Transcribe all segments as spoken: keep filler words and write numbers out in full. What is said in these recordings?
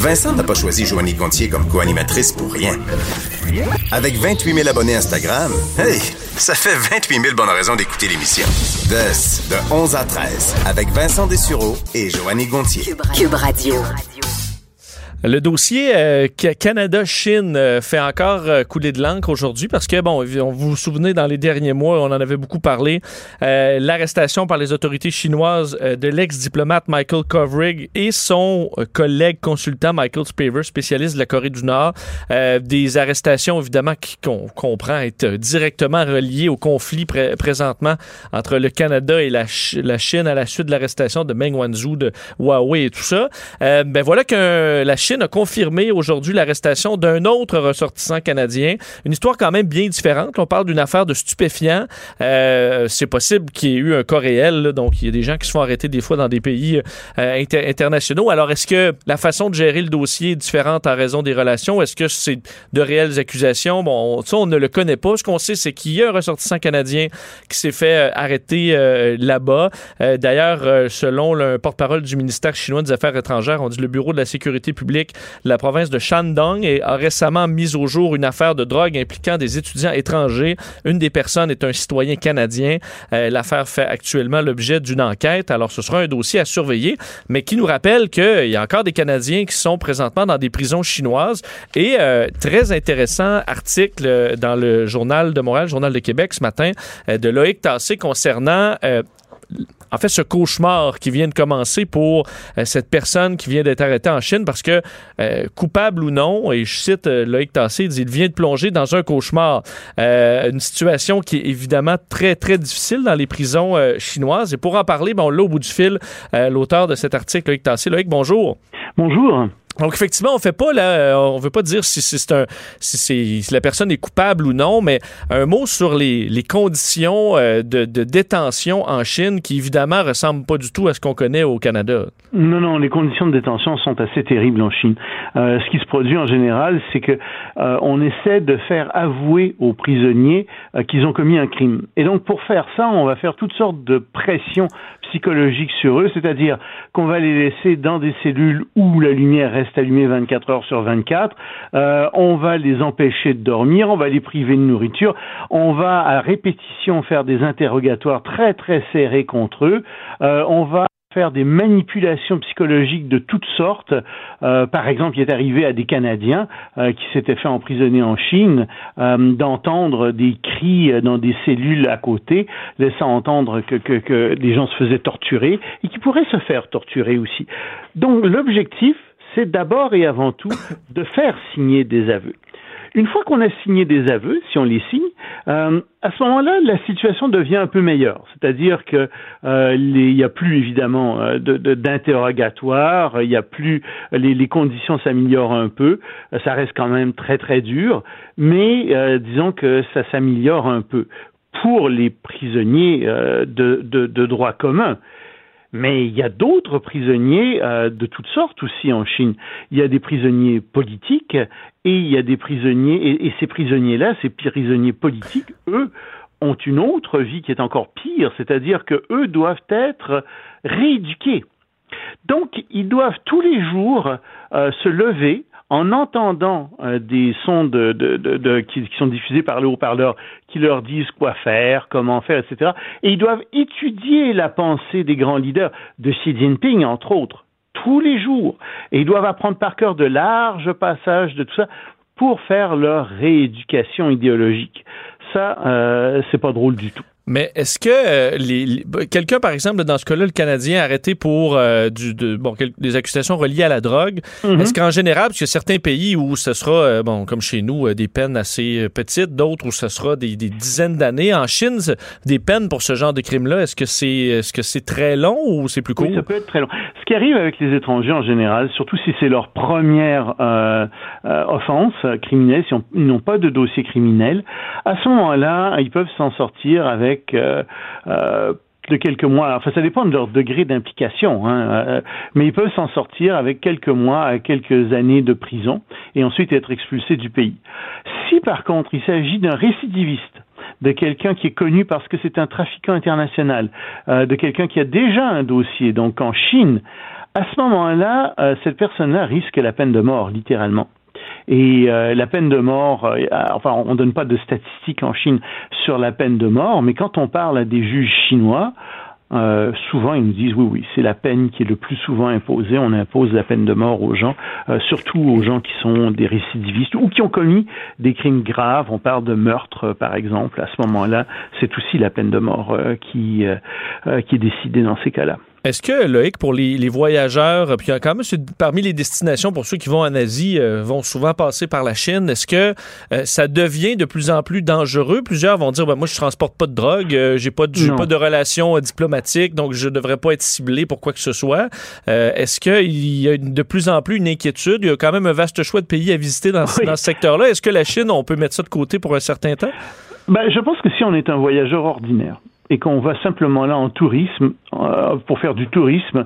Vincent n'a pas choisi Joanie Gontier comme co-animatrice pour rien. Avec vingt-huit mille abonnés Instagram, hey, ça fait vingt-huit mille bonnes raisons d'écouter l'émission. De, de onze à treize, avec Vincent Dessureau et Joanie Gontier. Cube, Cube Radio. Le dossier euh, Canada-Chine euh, fait encore euh, couler de l'encre aujourd'hui parce que, bon, vous vous souvenez, dans les derniers mois, on en avait beaucoup parlé, euh, l'arrestation par les autorités chinoises euh, de l'ex-diplomate Michael Kovrig et son euh, collègue consultant Michael Spavor, spécialiste de la Corée du Nord. Euh, des arrestations, évidemment, qui, qu'on comprend être directement reliées au conflit pré- présentement entre le Canada et la, Ch- la Chine à la suite de l'arrestation de Meng Wanzhou, de Huawei et tout ça. Euh, ben voilà que la Chine a confirmé aujourd'hui l'arrestation d'un autre ressortissant canadien. Une histoire quand même bien différente. On parle d'une affaire de stupéfiants. Euh, c'est possible qu'il y ait eu un cas réel, là, donc il y a des gens qui se font arrêter des fois dans des pays euh, inter- internationaux. Alors, est-ce que la façon de gérer le dossier est différente en raison des relations? Est-ce que c'est de réelles accusations? Bon, ça, on ne le connaît pas. Ce qu'on sait, c'est qu'il y a un ressortissant canadien qui s'est fait euh, arrêter euh, là-bas. Euh, d'ailleurs, euh, selon le porte-parole du ministère chinois des Affaires étrangères, on dit le Bureau de la sécurité publique de la province de Shandong et a récemment mis au jour une affaire de drogue impliquant des étudiants étrangers. Une des personnes est un citoyen canadien. Euh, l'affaire fait actuellement l'objet d'une enquête. Alors, ce sera un dossier à surveiller, mais qui nous rappelle qu'il y a encore des Canadiens qui sont présentement dans des prisons chinoises. Et euh, très intéressant article dans le Journal de Montréal, Journal de Québec ce matin, euh, de Loïc Tassé concernant... Euh, En fait, ce cauchemar qui vient de commencer pour euh, cette personne qui vient d'être arrêtée en Chine parce que, euh, coupable ou non, et je cite euh, Loïc Tassé, il dit « Il vient de plonger dans un cauchemar euh, ». Une situation qui est évidemment très, très difficile dans les prisons euh, chinoises. Et pour en parler, bon, là, au bout du fil, euh, l'auteur de cet article, Loïc Tassé. Loïc, bonjour. Bonjour. Donc, effectivement, on fait pas, là, on veut pas dire si, si, c'est un, si, c'est, si la personne est coupable ou non, mais un mot sur les, les conditions euh, de, de détention en Chine qui, évidemment, ressemblent pas du tout à ce qu'on connaît au Canada. Non, non, les conditions de détention sont assez terribles en Chine. Euh, ce qui se produit en général, c'est que euh, on essaie de faire avouer aux prisonniers euh, qu'ils ont commis un crime. Et donc, pour faire ça, on va faire toutes sortes de pressions psychologiques sur eux, c'est-à-dire qu'on va les laisser dans des cellules où la lumière reste allumée vingt-quatre heures sur vingt-quatre, euh, on va les empêcher de dormir, on va les priver de nourriture, on va à répétition faire des interrogatoires très très serrés contre eux, euh, on va faire des manipulations psychologiques de toutes sortes. Euh, par exemple, il est arrivé à des Canadiens euh, qui s'étaient fait emprisonner en Chine euh, d'entendre des cris dans des cellules à côté, laissant entendre que, que, que les gens se faisaient torturer et qui pourraient se faire torturer aussi. Donc, l'objectif, c'est d'abord et avant tout de faire signer des aveux. Une fois qu'on a signé des aveux, si on les signe, euh, à ce moment-là, la situation devient un peu meilleure. C'est-à-dire que euh, les, il n'y a plus évidemment euh, de, de, d'interrogatoire, il n'y a plus les, les conditions s'améliorent un peu. Ça reste quand même très très dur, mais euh, disons que ça s'améliore un peu pour les prisonniers euh, de, de, de droit commun. Mais il y a d'autres prisonniers euh, de toutes sortes aussi en Chine. Il y a des prisonniers politiques et il y a des prisonniers... Et, et ces prisonniers-là, ces prisonniers politiques, eux, ont une autre vie qui est encore pire, c'est-à-dire que eux doivent être rééduqués. Donc, ils doivent tous les jours euh, se lever en entendant euh, des sons de, de, de, de, qui, qui sont diffusés par le haut-parleur qui leur disent quoi faire, comment faire, et cetera. Et ils doivent étudier la pensée des grands leaders, de Xi Jinping, entre autres, tous les jours. Et ils doivent apprendre par cœur de larges passages de tout ça pour faire leur rééducation idéologique. Ça, euh, c'est pas drôle du tout. Mais est-ce que euh, les, les, quelqu'un, par exemple, dans ce cas-là, le Canadien arrêté pour euh, du, de, bon, quel, des accusations reliées à la drogue, mm-hmm. est-ce qu'en général, parce qu'il y a certains pays où ce sera, euh, bon, comme chez nous, euh, des peines assez petites, d'autres où ce sera des, des dizaines d'années. En Chine, des peines pour ce genre de crime-là, est-ce que c'est, est-ce que c'est très long ou c'est plus court? Oui, ça peut être très long. Ce qui arrive avec les étrangers en général, surtout si c'est leur première euh, euh, offense criminelle, si on, ils n'ont pas de dossier criminel, à ce moment-là, ils peuvent s'en sortir avec Euh, euh, de quelques mois. Enfin, ça dépend de leur degré d'implication, hein, euh, mais ils peuvent s'en sortir avec quelques mois à quelques années de prison et ensuite être expulsés du pays. Si par contre il s'agit d'un récidiviste, de quelqu'un qui est connu parce que c'est un trafiquant international, euh, de quelqu'un qui a déjà un dossier, donc en Chine, à ce moment-là, euh, cette personne-là risque la peine de mort, littéralement. Et euh, la peine de mort, euh, enfin, on ne donne pas de statistiques en Chine sur la peine de mort, mais quand on parle à des juges chinois, Euh, souvent, ils nous disent oui, oui, c'est la peine qui est le plus souvent imposée. On impose la peine de mort aux gens, euh, surtout aux gens qui sont des récidivistes ou qui ont commis des crimes graves. On parle de meurtre, euh, par exemple. À ce moment-là, c'est aussi la peine de mort euh, qui, euh, euh, qui est décidée dans ces cas-là. Est-ce que, Loïc, pour les, les voyageurs, puis quand même, c'est parmi les destinations pour ceux qui vont en Asie, euh, vont souvent passer par la Chine, est-ce que euh, ça devient de plus en plus dangereux? Plusieurs vont dire, ben, moi, je transporte pas de drogue, euh, j'ai pas de, j'ai pas de relations euh, diplomatiques, donc je devrais pas être ciblé pour quoi que ce soit. Euh, est-ce qu'il y a une, de plus en plus une inquiétude? Il y a quand même un vaste choix de pays à visiter dans, oui. dans ce secteur-là. Est-ce que la Chine, on peut mettre ça de côté pour un certain temps? Ben, je pense que si on est un voyageur ordinaire, et qu'on va simplement là en tourisme, euh, pour faire du tourisme,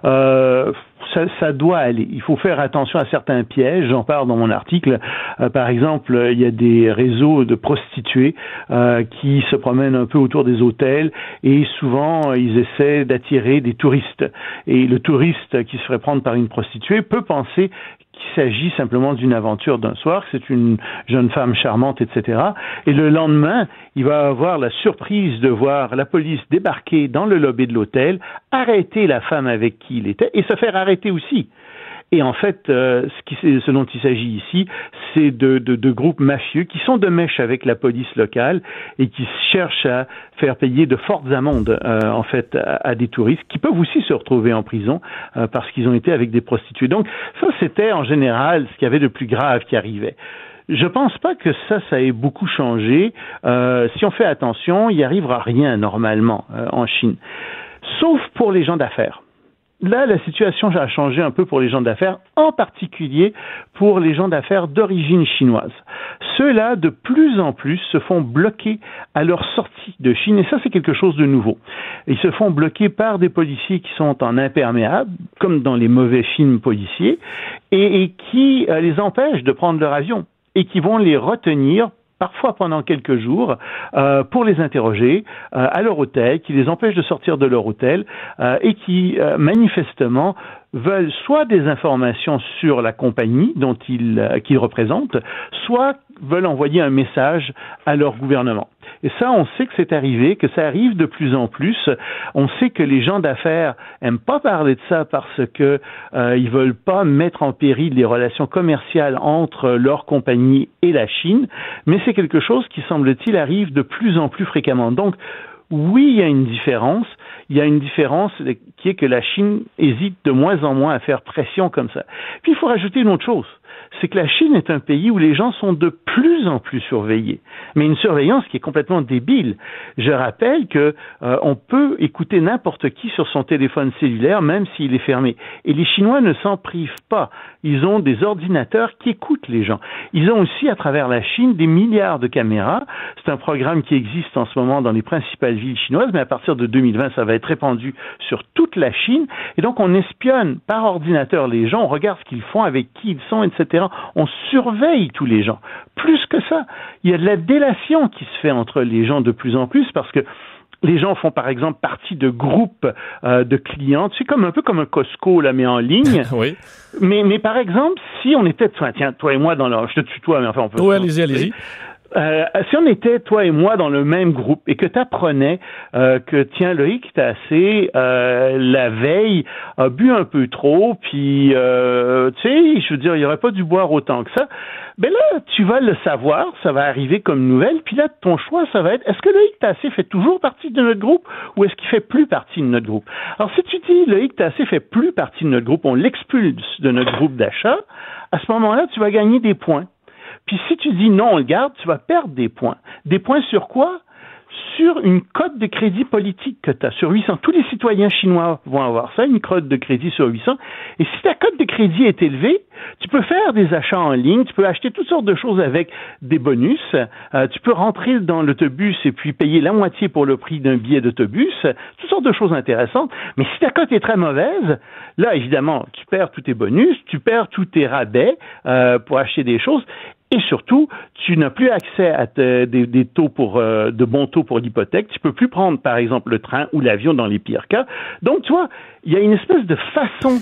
euh, ça, ça doit aller. Il faut faire attention à certains pièges. J'en parle dans mon article. Euh, par exemple, il y a des réseaux de prostituées euh, qui se promènent un peu autour des hôtels et souvent, ils essaient d'attirer des touristes. Et le touriste qui se ferait prendre par une prostituée peut penser qu'il s'agit simplement d'une aventure d'un soir, que c'est une jeune femme charmante, et cetera. Et le lendemain, il va avoir la surprise de voir la police débarquer dans le lobby de l'hôtel, arrêter la femme avec qui il était et se faire arrêter aussi. Et en fait, euh, ce, qui, ce dont il s'agit ici, c'est de, de, de groupes mafieux qui sont de mèche avec la police locale et qui cherchent à faire payer de fortes amendes, euh, en fait, à, à des touristes qui peuvent aussi se retrouver en prison euh, parce qu'ils ont été avec des prostituées. Donc, ça, c'était en général ce qu'il y avait de plus grave qui arrivait. Je pense pas que ça, ça ait beaucoup changé. Euh, si on fait attention, il n'y arrivera rien normalement euh, en Chine, sauf pour les gens d'affaires. Là, la situation a changé un peu pour les gens d'affaires, en particulier pour les gens d'affaires d'origine chinoise. Ceux-là, de plus en plus, se font bloquer à leur sortie de Chine, et ça, c'est quelque chose de nouveau. Ils se font bloquer par des policiers qui sont en imperméable, comme dans les mauvais films policiers, et, et qui euh, les empêchent de prendre leur avion, et qui vont les retenir parfois pendant quelques jours, euh, pour les interroger euh, à leur hôtel, qui les empêche de sortir de leur hôtel euh, et qui, euh, manifestement, veulent soit des informations sur la compagnie dont ils, euh, qu'ils représentent, soit veulent envoyer un message à leur gouvernement. Et ça, on sait que c'est arrivé, que ça arrive de plus en plus. On sait que les gens d'affaires aiment pas parler de ça parce que euh, ils veulent pas mettre en péril les relations commerciales entre leur compagnie et la Chine, mais c'est quelque chose qui, semble-t-il, arrive de plus en plus fréquemment. Donc, oui, il y a une différence. Il y a une différence qui est que la Chine hésite de moins en moins à faire pression comme ça. Puis, il faut rajouter une autre chose. C'est que la Chine est un pays où les gens sont de plus en plus surveillés, mais une surveillance qui est complètement débile. Je rappelle que euh, on peut écouter n'importe qui sur son téléphone cellulaire, même s'il est fermé. Et les Chinois ne s'en privent pas. Ils ont des ordinateurs qui écoutent les gens. Ils ont aussi, à travers la Chine, des milliards de caméras. C'est un programme qui existe en ce moment dans les principales villes chinoises, mais à partir de deux mille vingt, ça va être répandu sur toute la Chine. Et donc, on espionne par ordinateur les gens, on regarde ce qu'ils font, avec qui ils sont, et cetera. On surveille tous les gens. Plus que ça, il y a de la délation qui se fait entre les gens de plus en plus parce que les gens font, par exemple, partie de groupes euh, de clients. C'est comme un peu comme un Costco, là, mais en ligne. Oui. Mais, mais par exemple, si on était, tiens, toi et moi, dans le, je te tutoie, mais enfin, on peut... Oui, allez-y, allez-y. Euh, si on était, toi et moi, dans le même groupe et que tu apprenais euh, que, tiens, Loïc, t'as assez, euh, la veille, a bu un peu trop, puis, euh, tu sais, je veux dire, il n'y aurait pas dû boire autant que ça, ben là, tu vas le savoir, ça va arriver comme nouvelle, puis là, ton choix, ça va être, est-ce que Loïc Tassé fait toujours partie de notre groupe ou est-ce qu'il fait plus partie de notre groupe? Alors, si tu dis Loïc Tassé fait plus partie de notre groupe, on l'expulse de notre groupe d'achat, à ce moment-là, tu vas gagner des points. Puis si tu dis non, on le garde, tu vas perdre des points. Des points sur quoi? Sur une cote de crédit politique que tu as, sur huit cents. Tous les citoyens chinois vont avoir ça, une cote de crédit sur huit cents. Et si ta cote de crédit est élevée, tu peux faire des achats en ligne, tu peux acheter toutes sortes de choses avec des bonus, euh, tu peux rentrer dans l'autobus et puis payer la moitié pour le prix d'un billet d'autobus, toutes sortes de choses intéressantes. Mais si ta cote est très mauvaise, là, évidemment, tu perds tous tes bonus, tu perds tous tes rabais euh, pour acheter des choses. Et surtout, tu n'as plus accès à te, des, des taux pour euh, de bons taux pour l'hypothèque. Tu peux plus prendre, par exemple, le train ou l'avion dans les pires cas. Donc, tu vois, il y a une espèce de façon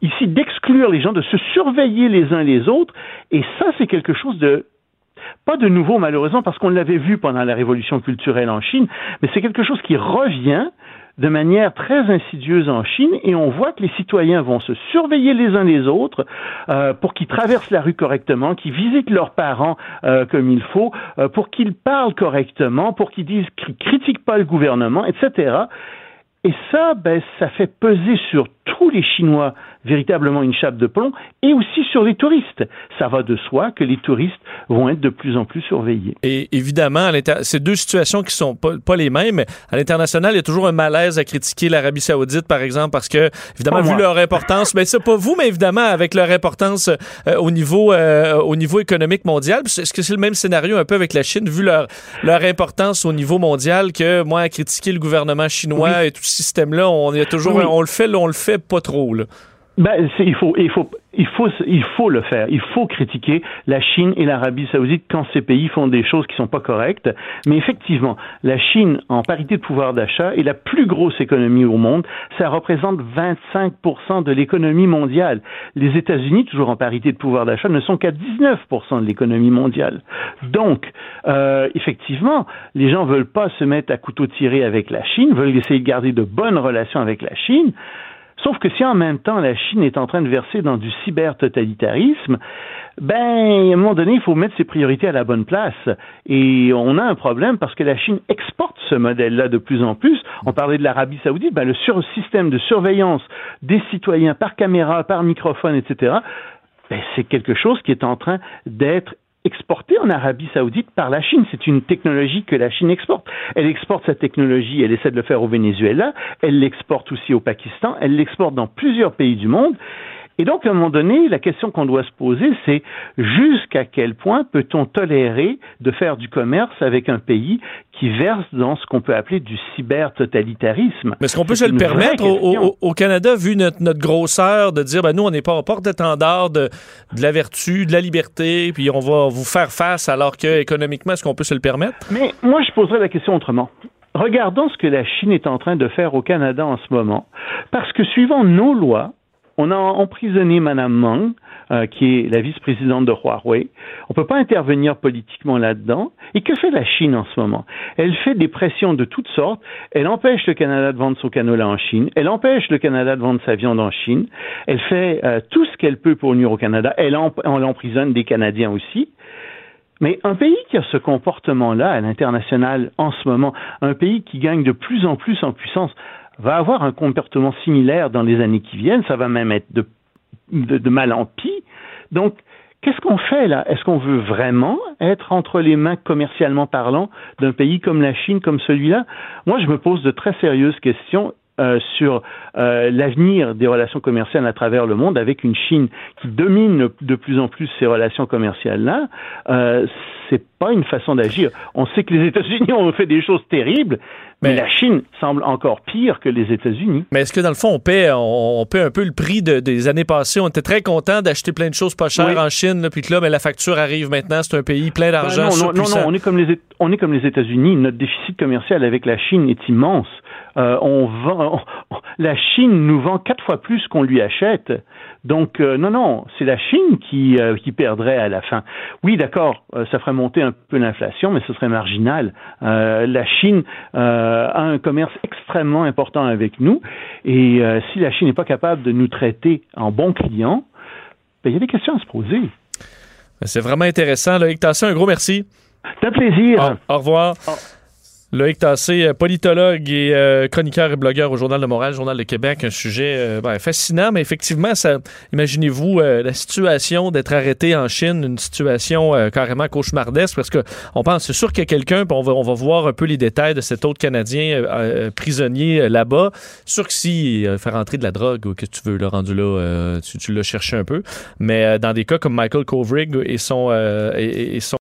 ici d'exclure les gens, de se surveiller les uns les autres, et ça, c'est quelque chose de pas de nouveau, malheureusement, parce qu'on l'avait vu pendant la révolution culturelle en Chine, mais c'est quelque chose qui revient de manière très insidieuse en Chine, et on voit que les citoyens vont se surveiller les uns les autres euh, pour qu'ils traversent la rue correctement, qu'ils visitent leurs parents euh, comme il faut, euh, pour qu'ils parlent correctement, pour qu'ils disent qu'ils critiquent pas le gouvernement, et cetera. Et ça, ben, ça fait peser sur tous les Chinois véritablement une chape de plomb, et aussi sur les touristes. Ça va de soi que les touristes vont être de plus en plus surveillés. Et évidemment, c'est deux situations qui sont pas, pas les mêmes. À l'international, il y a toujours un malaise à critiquer l'Arabie Saoudite, par exemple, parce que, évidemment, vu leur importance, mais c'est pas vous, mais évidemment, avec leur importance euh, au niveau euh, au niveau économique mondial. Est-ce que c'est le même scénario un peu avec la Chine, vu leur, leur importance au niveau mondial, que moi, à critiquer le gouvernement chinois oui. et tout ce système-là, on, y a toujours, oui. on le fait, là, on le fait pas trop, là. Ben, c'est, il faut, il faut, il faut, il faut le faire. Il faut critiquer la Chine et l'Arabie Saoudite quand ces pays font des choses qui sont pas correctes. Mais effectivement, la Chine, en parité de pouvoir d'achat, est la plus grosse économie au monde. Ça représente vingt-cinq pour cent de l'économie mondiale. Les États-Unis, toujours en parité de pouvoir d'achat, ne sont qu'à dix-neuf pour cent de l'économie mondiale. Donc, euh, effectivement, les gens veulent pas se mettre à couteau tiré avec la Chine, veulent essayer de garder de bonnes relations avec la Chine. Sauf que si en même temps la Chine est en train de verser dans du cyber-totalitarisme, ben, à un moment donné, il faut mettre ses priorités à la bonne place. Et on a un problème parce que la Chine exporte ce modèle-là de plus en plus. On parlait de l'Arabie Saoudite, ben, le sur- système de surveillance des citoyens par caméra, par microphone, et cetera, ben, c'est quelque chose qui est en train d'être exportée en Arabie Saoudite par la Chine. C'est une technologie que la Chine exporte. Elle exporte cette technologie, elle essaie de le faire au Venezuela, elle l'exporte aussi au Pakistan, elle l'exporte dans plusieurs pays du monde. Et donc, à un moment donné, la question qu'on doit se poser, c'est jusqu'à quel point peut-on tolérer de faire du commerce avec un pays qui verse dans ce qu'on peut appeler du cyber-totalitarisme? Mais est-ce qu'on peut se le permettre au, au, au Canada, vu notre, notre grosseur, de dire, ben nous, on n'est pas en porte-étendard de, de la vertu, de la liberté, puis on va vous faire face, alors que économiquement, est-ce qu'on peut se le permettre? Mais moi, je poserais la question autrement. Regardons ce que la Chine est en train de faire au Canada en ce moment, parce que suivant nos lois, on a emprisonné Mme Meng, euh, qui est la vice-présidente de Huawei. On ne peut pas intervenir politiquement là-dedans. Et que fait la Chine en ce moment? Elle fait des pressions de toutes sortes. Elle empêche le Canada de vendre son canola en Chine. Elle empêche le Canada de vendre sa viande en Chine. Elle fait euh, tout ce qu'elle peut pour nuire au Canada. Elle, en, elle emprisonne des Canadiens aussi. Mais un pays qui a ce comportement-là à l'international en ce moment, un pays qui gagne de plus en plus en puissance, va avoir un comportement similaire dans les années qui viennent. Ça va même être de, de, de mal en pis. Donc, qu'est-ce qu'on fait là? Est-ce qu'on veut vraiment être entre les mains, commercialement parlant, d'un pays comme la Chine, comme celui-là? Moi, je me pose de très sérieuses questions euh, sur euh, l'avenir des relations commerciales à travers le monde, avec une Chine qui domine de plus en plus ces relations commerciales-là. Euh, c'est pas une façon d'agir. On sait que les États-Unis ont fait des choses terribles, mais, mais la Chine semble encore pire que les États-Unis. Mais est-ce que dans le fond, on paie, on, on paie un peu le prix de, des années passées? On était très contents d'acheter plein de choses pas chères oui. en Chine, là, puis que là, mais la facture arrive maintenant. C'est un pays plein d'argent. Ben non, non, non, non, on est comme les, on est comme les États-Unis. Notre déficit commercial avec la Chine est immense. Euh, on vend, on, la Chine nous vend quatre fois plus qu'on lui achète. Donc, euh, non, non, c'est la Chine qui, euh, qui perdrait à la fin. Oui, d'accord, euh, ça ferait monter un peu l'inflation, mais ce serait marginal. Euh, la Chine euh, a un commerce extrêmement important avec nous, et euh, si la Chine n'est pas capable de nous traiter en bons clients, ben, il y a des questions à se poser. C'est vraiment intéressant. Loïc Tassé, un gros merci. C'est un plaisir. Au, au revoir. Oh. Loïc Tassé, politologue et euh, chroniqueur et blogueur au Journal de Montréal, Journal de Québec, un sujet euh, ben, fascinant, mais effectivement, ça, imaginez-vous euh, la situation d'être arrêté en Chine, une situation euh, carrément cauchemardesque, parce que on pense, c'est sûr qu'il y a quelqu'un, puis on va, on va voir un peu les détails de cet autre Canadien euh, euh, prisonnier euh, là-bas. C'est sûr que si euh, faire entrer de la drogue ou que tu veux, le rendu là, euh, tu, tu l'as cherché un peu, mais euh, dans des cas comme Michael Kovrig et son, euh, et, et son